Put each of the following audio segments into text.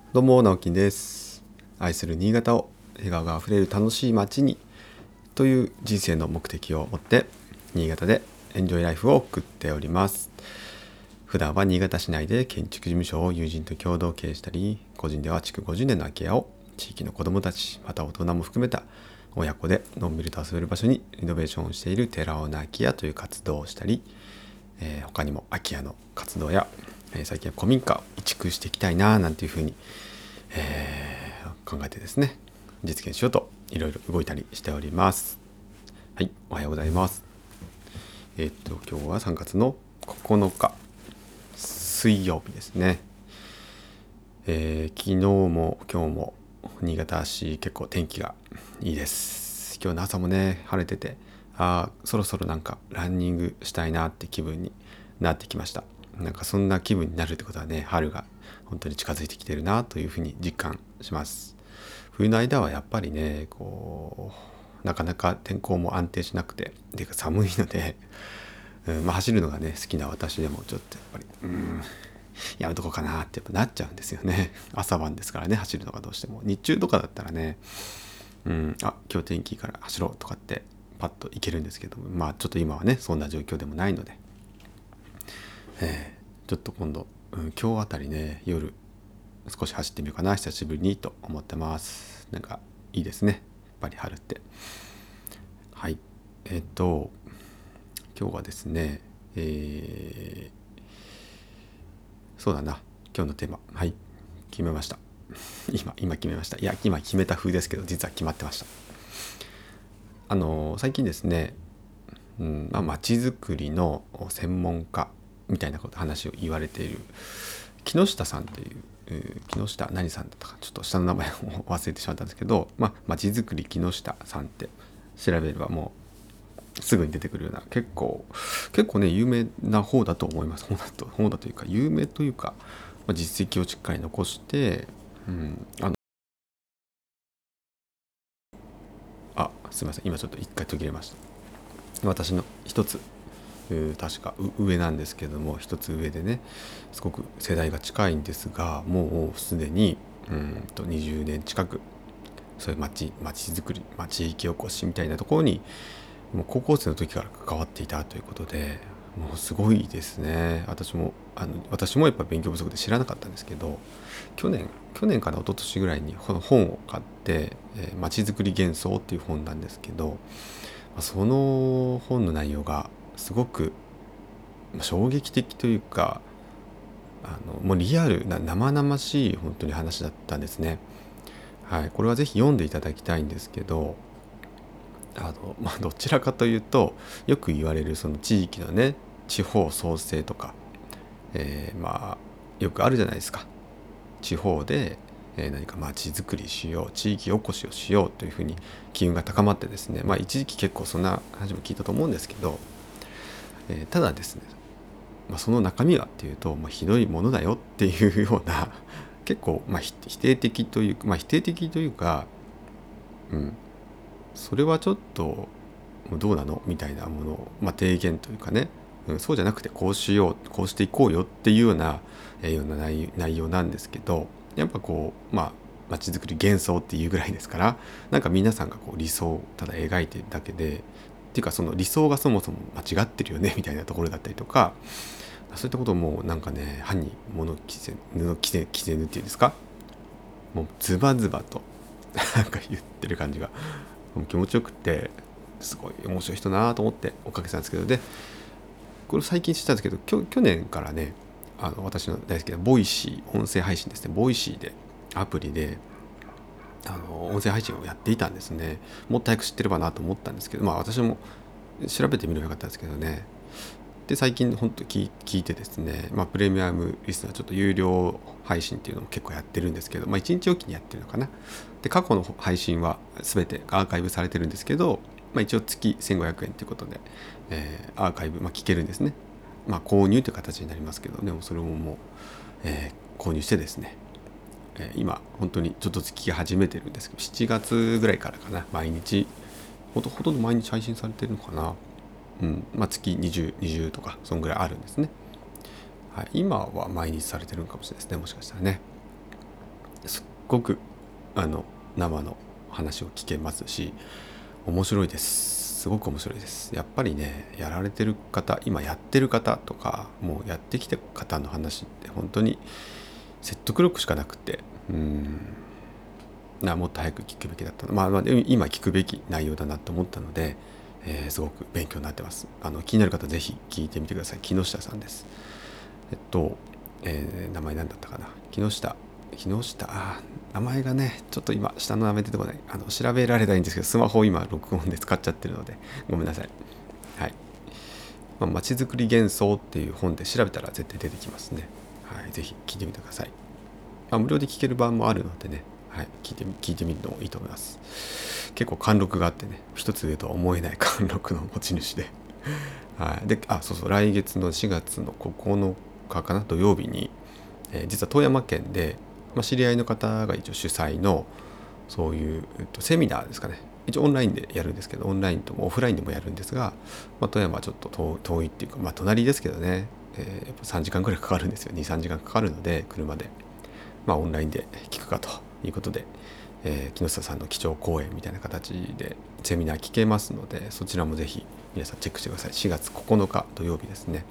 どうも直樹です。愛する新潟を笑顔があふれる楽しい街にという人生の目的を持って新潟でエンジョイライフを送っております。普段は新潟市内で建築事務所を友人と共同経営したり、個人では築50年の空き家を地域の子どもたちまた大人も含めた親子でのんびりと遊べる場所にリノベーションをしている寺尾の空き家という活動をしたり、他にも空き家の活動や、最近は古民家を移築していきたいななんていうふうに、考えてですね、実現しようといろいろ動いたりしております。はい、おはようございます。今日は3月の9日水曜日ですね。昨日も今日も新潟市結構天気がいいです。今日の朝もね晴れてて、そろそろなんかランニングしたいなって気分になってきました。なんかそんな気分になるってことはね、春が本当に近づいてきてるなというふうに実感します。冬の間はやっぱりねなかなか天候も安定しなくて寒いので、走るのがね好きな私でもちょっとやっぱりやめとこうかなってやっぱなっちゃうんですよね。朝晩ですからね、走るのがどうしても。日中とかだったらね、今日天気いいから走ろうとかってパッと行けるんですけど、ちょっと今はねそんな状況でもないので、ちょっと今度、今日あたりね夜少し走ってみようかな、久しぶりにと思ってます。なんかいいですね、やっぱり春って。はい、今日はですね、そうだな、今日のテーマ、はい、決めました。今決めました。いや、今決めた風ですけど実は決まってました。最近ですね、街づくりの専門家みたいな話を言われている木下さんという、木下何さんだったかちょっと下の名前を忘れてしまったんですけど、街づくり木下さんって調べればもうすぐに出てくるような結構ね有名な方だと思います。方だというか有名というか、実績をしっかり残して、すいません、今ちょっと一回途切れました。私の一つ確か上なんですけども、一つ上でねすごく世代が近いんですが、もうすでに20年近くそういう街づくり、地域おこしみたいなところにもう高校生の時から関わっていたということで、もうすごいですね。私もやっぱ勉強不足で知らなかったんですけど、去年から一昨年ぐらいにこの本を買って、街づくり幻想っていう本なんですけど、その本の内容がすごく衝撃的というか、もうリアルな生々しい本当に話だったんですね。はい、これはぜひ読んでいただきたいんですけど、どちらかというとよく言われるその地域のね地方創生とか、よくあるじゃないですか。地方で、何か街づくりしよう、地域おこしをしようというふうに機運が高まってですね、一時期結構そんな話も聞いたと思うんですけど、ただですね、その中身はっていうと、ひどいものだよっていうような結構、否定的というか、うん、それはちょっとどうなのみたいなものを、提言というかね、そうじゃなくてこうしよう、こうしていこうよっていうような、内容なんですけど、やっぱ街づくり幻想っていうぐらいですから、なんか皆さんが理想をただ描いてるだけで、っていうかその理想がそもそも間違ってるよねみたいなところだったりとか、そういったことをもうなんかね、歯に物着せぬっていうんですか、もうズバズバとなんか言ってる感じが気持ちよくて、すごい面白い人だなと思って追っかけてたんですけど、でこれ最近知ったんですけど、去年からね、私の大好きなボイシー、音声配信ですね、ボイシーでアプリで音声配信をやっていたんですね。もっと早く知ってればなと思ったんですけど、私も調べてみればよかったんですけどね。で最近本当聞いてですね、プレミアムリスナーちょっと有料配信っていうのも結構やってるんですけど、1日おきにやってるのかな。で過去の配信は全てアーカイブされてるんですけど、一応月1500円ということで、アーカイブ、聞けるんですね。購入という形になりますけど、でもそれももう、購入してですね、今本当にちょっとずつ聞き始めてるんですけど、7月ぐらいからかな、毎日ほとんど毎日配信されてるのかな。月20とかそんぐらいあるんですね。はい、今は毎日されてるのかもしれないですね、もしかしたらね。 すっごく生の話を聞けますし、面白いです。すごく面白いです。やっぱりね、やられてる方、今やってる方とかもうやってきてる方の話って本当に説得力しかなくて、もっと早く聞くべきだったの、今聞くべき内容だなと思ったので、すごく勉強になってます。気になる方ぜひ聞いてみてください。木下さんです。名前何だったかな。木下、名前がねちょっと今下の名前出てこない。調べられないんですけど、スマホを今録音で使っちゃってるのでごめんなさい。はい。まちづくり幻想っていう本で調べたら絶対出てきますね。はい、ぜひ聞いてみてください。無料で聞ける版もあるのでね、はい、聞いてみるのもいいと思います。結構貫禄があってね、一つ上とは思えない貫禄の持ち主ではい。で、そう来月の4月の9日かな、土曜日に、実は富山県で、知り合いの方が一応主催のそういう、セミナーですかね。一応オンラインでやるんですけど、オンラインともオフラインでもやるんですが、富山はちょっと遠いっていうか、隣ですけどね、やっぱ3時間くらいかかるんですよ。2、3時間かかるので、車で。オンラインで聞くかということで、木下さんの基調講演みたいな形でセミナー聞けますので、そちらもぜひ皆さんチェックしてください。4月9日土曜日ですね。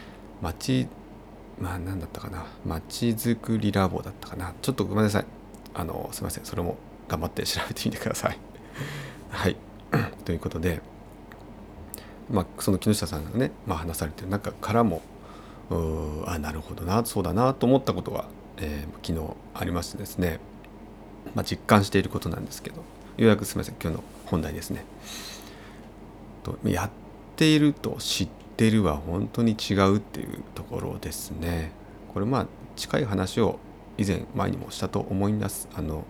何だったかな、まちづくりラボだったかな、ちょっとごめんなさい。すいません、それも頑張って調べてみてくださいはいということで、その木下さんがね、話されてる中からもなるほどな、そうだなと思ったことが、昨日ありましてですね、実感していることなんですけど、ようやくすみません、今日の本題ですね。やっていると知ってるは本当に違うっていうところですね。これ近い話を前にもしたと思います。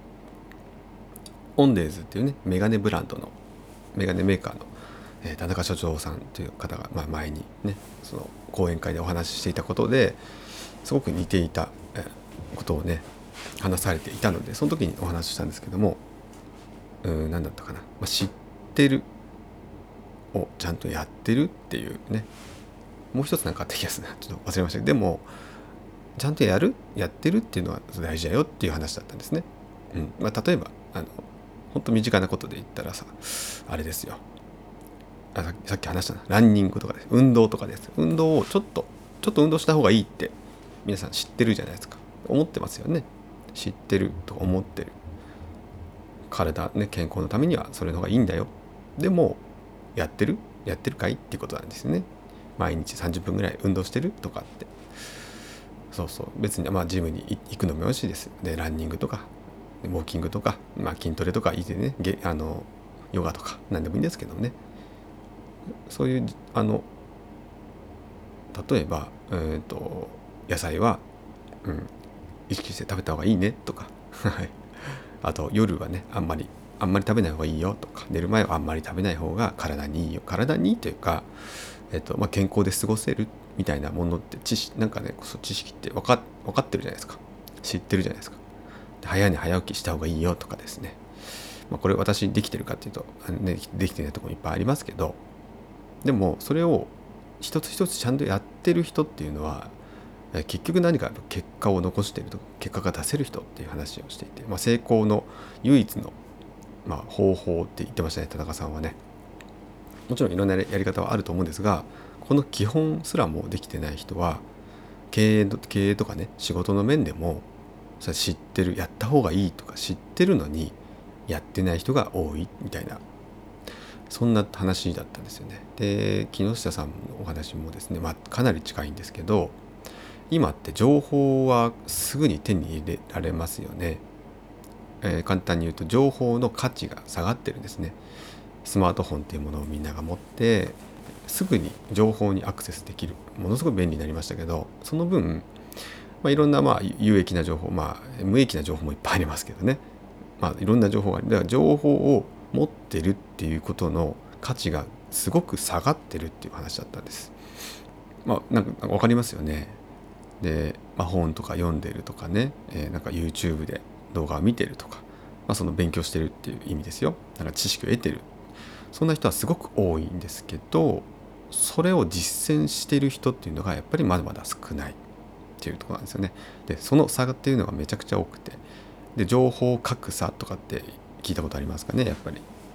オンデーズっていうね、メガネブランドのメガネメーカーの、田中所長さんという方が、前にね、その講演会でお話ししていたことですごく似ていた、ことをね話されていたので、その時にお話ししたんですけども、何だったかな、知ってるをちゃんとやってるっていうね、もう一つ何かあった気がするな、ちょっと忘れましたけど、でもちゃんとやってるっていうのは大事だよっていう話だったんですね。例えば本当身近なことで言ったらさ、あれですよ、さっき話したランニングとかです。運動とかです。運動をちょっと運動した方がいいって皆さん知ってるじゃないですか。思ってますよね。知ってると思ってる。体ね、健康のためにはそれの方がいいんだよ。でもやってるかいっていうことなんですよね。毎日30分ぐらい運動してるとかって。別にジムに行くのもよしですで、ランニングとかウォーキングとか、筋トレとかいいでね、ヨガとか何でもいいんですけどね、そういう例えば野菜は、意識して食べた方がいいねとかあと夜はね、あんまり食べない方がいいよとか、寝る前はあんまり食べない方が体にいいよ、体にいいというか、健康で過ごせるみたいなものって知識って分かってるじゃないですか。知ってるじゃないですか。早寝早起きした方がいいよとかですね、これ私できてるかっていうと、できてないところいっぱいありますけど、でもそれを一つ一つちゃんとやってる人っていうのは、結局何か結果を残していると、結果が出せる人っていう話をしていて、成功の唯一の、方法って言ってましたね、田中さんはね。もちろんいろんなやり方はあると思うんですが、この基本すらもできてない人は経営とかね、仕事の面でもそれ知ってる、やった方がいいとか知ってるのにやってない人が多いみたいな、そんな話だったんですよね。で、木下さんのお話もですね、かなり近いんですけど、今って情報はすぐに手に入れられますよね。簡単に言うと情報の価値が下がってるんですね。スマートフォンっていうものをみんなが持ってすぐに情報にアクセスできる、ものすごく便利になりましたけど、その分、いろんな有益な情報、無益な情報もいっぱいありますけどね、いろんな情報がある。だから情報を持ってるっていうことの価値がすごく下がってるっていう話だったんです。なんか分かりますよね。で、本とか読んでるとかね、なんか YouTube で動画を見てるとか、その勉強してるっていう意味ですよ。なんか知識を得てる、そんな人はすごく多いんですけど、それを実践している人っていうのがやっぱりまだまだ少ないっていうところなんですよね。で、その差っていうのがめちゃくちゃ多くて、 で情報格差とかって聞いたことありますかね。やっぱり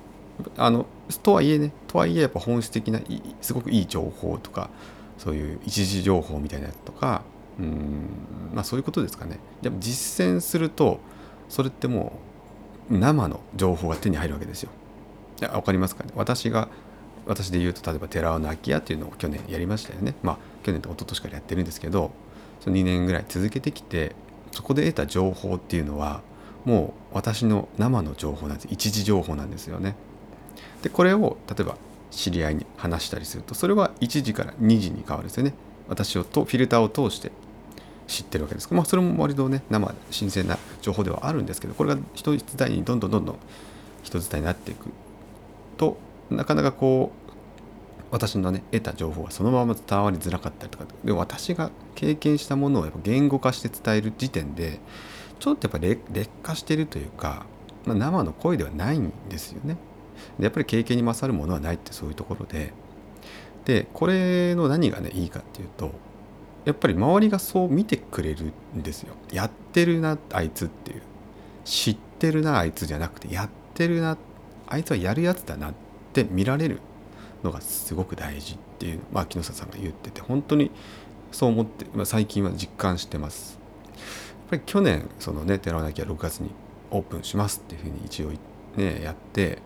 とはいえやっぱ本質的すごくいい情報とか、そういう一時情報みたいなやつとか、そういうことですかね。でも実践するとそれってもう生の情報が手に入るわけですよ。わかりますかね。私で言うと、例えば寺尾の空き家っていうのを去年やりましたよね。去年と一昨年からやってるんですけど、その2年ぐらい続けてきて、そこで得た情報っていうのはもう私の生の情報なんです。一時情報なんですよね。でこれを例えば知り合いに話したりすると、それは1時から2時に変わるんですよね。私をフィルターを通して知ってるわけです。それも割とね新鮮な情報ではあるんですけど、これが一伝いにどんどん一伝いになっていくと、なかなか私のね得た情報はそのまま伝わりづらかったりとか、で私が経験したものをやっぱ言語化して伝える時点でちょっとやっぱ劣化しているというか、生の声ではないんですよね。でやっぱり経験に勝るものはないって、そういうところでこれの何がねいいかっていうと、やっぱり周りがそう見てくれるんですよ。やってるなあいつっていう、知ってるなあいつじゃなくて、やってるなあいつはやるやつだなって見られるのがすごく大事っていう、木下さんが言ってて、本当にそう思って、最近は実感してます。やっぱり去年そのね寺尾泣きは6月にオープンしますっていうふうに一応ねやって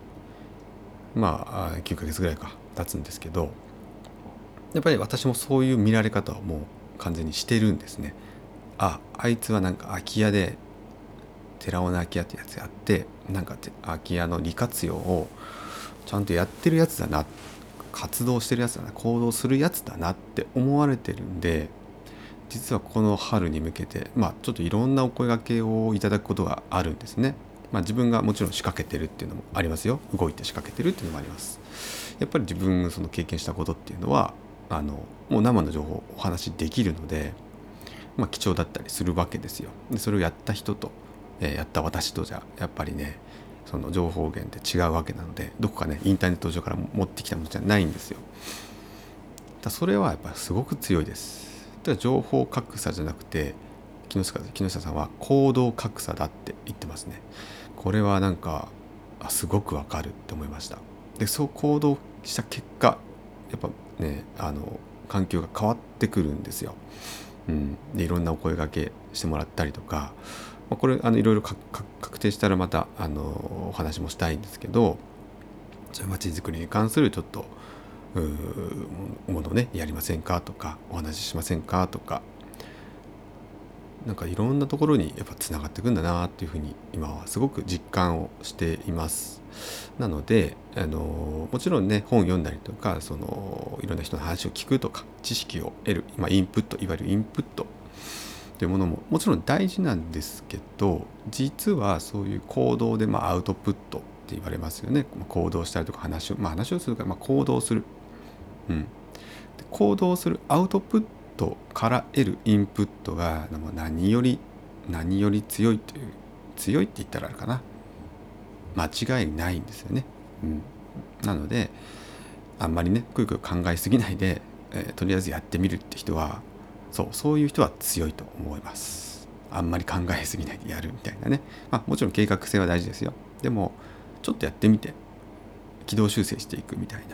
、9ヶ月ぐらいか経つんですけど、やっぱり私もそういう見られ方をもう完全にしてるんですね。あいつはなんか空き家で寺尾の空き家ってやつやって、なんか空き家の利活用をちゃんとやってるやつだな、活動してるやつだな、行動するやつだなって思われてるんで、実はこの春に向けてちょっといろんなお声掛けをいただくことがあるんですね。自分がもちろん仕掛けてるっていうのもありますよ。動いて仕掛けてるっていうのもあります。やっぱり自分がその経験したことっていうのはもう生の情報をお話しできるので、貴重だったりするわけですよ。でそれをやった人と、やった私とじゃやっぱりね、その情報源って違うわけなので、どこかねインターネット上から持ってきたものじゃないんですよ。それはやっぱりすごく強いです。情報格差じゃなくて、木下さんは行動格差だって言ってますね。これはなんかすごくわかるって思いました。でそう行動した結果、やっぱね環境が変わってくるんですよ。でいろんなお声掛けしてもらったりとか、これいろいろ確定したらまたお話もしたいんですけど、そういう街づくりに関するちょっとものをねやりませんかとか、お話ししませんかとか、なんかいろんなところにやっぱつながっていくんだなっていうふうに今はすごく実感をしています。なのでもちろんね本を読んだりとか、いろんな人の話を聞くとか、知識を得る、インプット、いわゆるインプットというものももちろん大事なんですけど、実はそういう行動でアウトプットって言われますよね。行動したりとか話をするから、行動する、行動するアウトプットから得るインプットが何より強いという、強いって言ったらあるかな、間違いないんですよね。なのであんまりねくよくよ考えすぎないで、とりあえずやってみるって人はそういう人は強いと思います。あんまり考えすぎないでやるみたいなね。もちろん計画性は大事ですよ。でもちょっとやってみて軌道修正していくみたいな。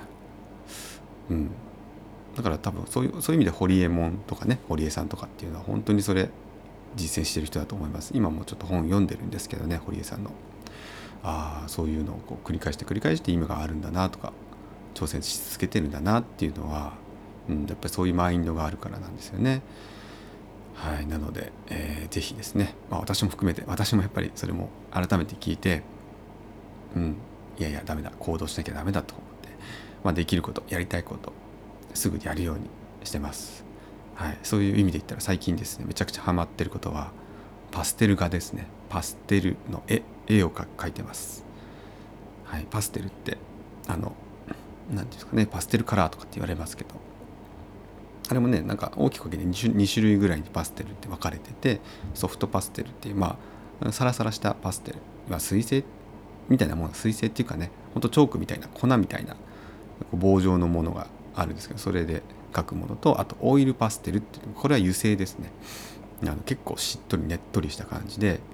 だから多分そういう意味で堀江門とかね、堀江さんとかっていうのは本当にそれ実践してる人だと思います。今もちょっと本読んでるんですけどね、堀江さんのそういうのを繰り返して意味があるんだなとか、挑戦し続けてるんだなっていうのは、やっぱりそういうマインドがあるからなんですよね。なので、ぜひですね、私も含めて、私もやっぱりそれも改めて聞いて、いやダメだ、行動しなきゃダメだと思って、できること、やりたいことすぐやるようにしてます。そういう意味で言ったら最近ですね、めちゃくちゃハマってることはパステル画ですね。パステルの絵を描いてます。パステルって何ていうんですかね、パステルカラーとかって言われますけど、あれもねなんか大きく分けて2種類ぐらいにパステルって分かれてて、ソフトパステルっていうサラサラしたパステル、水性みたいなもの、水性っていうかね、ほんとチョークみたいな、粉みたいな棒状のものがあるんですけど、それで描くものと、あとオイルパステルっていう、これは油性ですね。結構しっとりねっとりした感じで、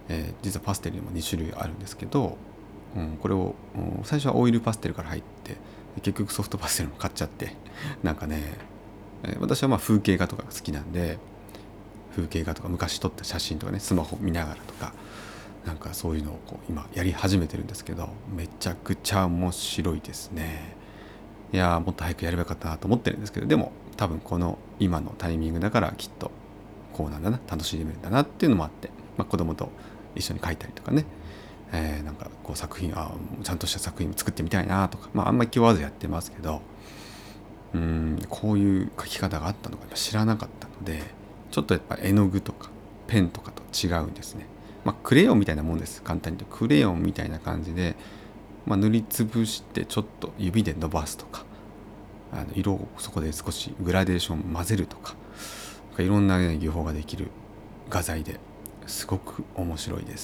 実はパステルにも2種類あるんですけど、これを最初はオイルパステルから入って結局ソフトパステルも買っちゃってなんかね、私は風景画とかが好きなんで、風景画とか昔撮った写真とかね、スマホ見ながらとかなんかそういうのを今やり始めてるんですけど、めちゃくちゃ面白いですね。いやもっと早くやればよかったなと思ってるんですけど、でも多分この今のタイミングだからきっとこうなんだな、楽しめるんだなっていうのもあって、子供と一緒に描いたりとかね、なんか作品ちゃんとした作品作ってみたいなとか、あんまり気負わずやってますけど、こういう描き方があったのか知らなかったので、ちょっとやっぱ絵の具とかペンとかと違うんですね。クレヨンみたいなもんです。簡単に言うとクレヨンみたいな感じで、塗りつぶしてちょっと指で伸ばすとか、色をそこで少しグラデーション混ぜるとか、いろんな、技法ができる画材ですごく面白いです。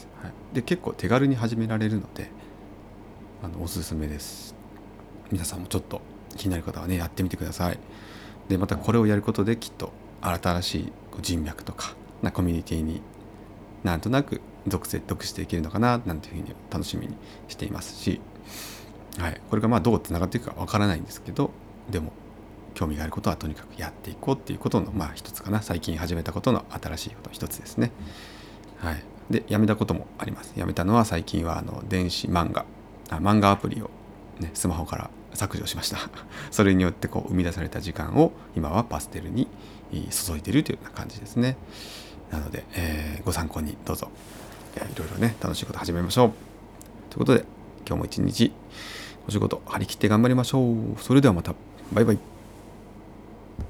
で結構手軽に始められるのでおすすめです。皆さんもちょっと気になる方はねやってみてください。でまたこれをやることできっと新しい人脈とかコミュニティになんとなく属していけるのかななんていうふうに楽しみにしていますし、これがどうつながっていくかわからないんですけど、でも興味があることはとにかくやっていこうっていうことの一つかな。最近始めたことの新しいこと一つですね。でやめたこともあります。やめたのは最近は電子漫画アプリを、スマホから削除しましたそれによって生み出された時間を今はパステルに注いでいるというような感じですね。なので、ご参考にどうぞ、いろいろね楽しいこと始めましょうということで、今日も一日お仕事張り切って頑張りましょう。それではまた。バイバイ。